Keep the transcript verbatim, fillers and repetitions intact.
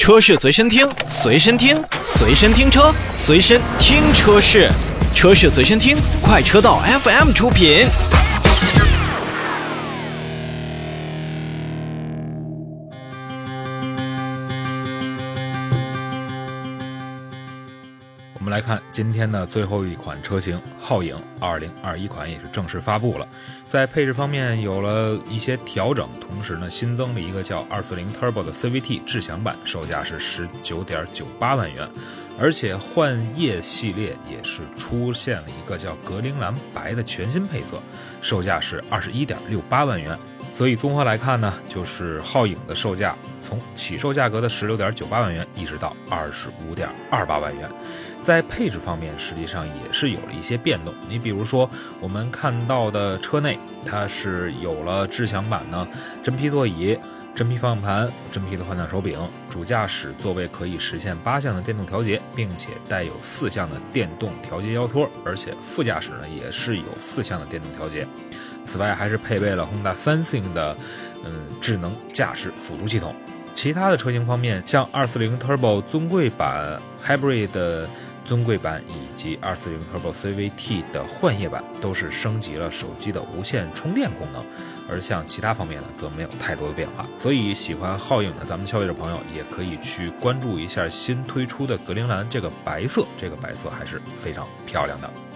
车市随身听，随身听，随身听车，随身听车市，车市随身听，快车道 F M 出品。 我们来看今天的最后一款车型皓影二零二一款也是正式发布了，在配置方面有了一些调整，同时呢新增了一个叫二四零 Turbo 的 C V T 智享版，售价是 十九点九八万元，而且幻夜系列也是出现了一个叫格陵兰白的全新配色，售价是 二十一点六八万元。所以综合来看呢，就是皓影的售价从起售价格的 十六点九八万元一直到 二十五点二八万元。在配置方面实际上也是有了一些变动，你比如说我们看到的车内它是有了智享版呢，真皮座椅、真皮方向盘、真皮的换挡手柄，主驾驶座位可以实现八项的电动调节，并且带有四项的电动调节腰托，而且副驾驶呢也是有四项的电动调节。此外还是配备了 Honda Sensing 的嗯智能驾驶辅助系统。其他的车型方面，像二四零 Turbo 尊贵版、Hybrid 的尊贵版以及二四零 Turbo C V T 的幻夜版都是升级了手机的无线充电功能，而像其他方面呢则没有太多的变化。所以喜欢皓影的咱们消费者朋友也可以去关注一下新推出的格陵兰这个白色，这个白色还是非常漂亮的。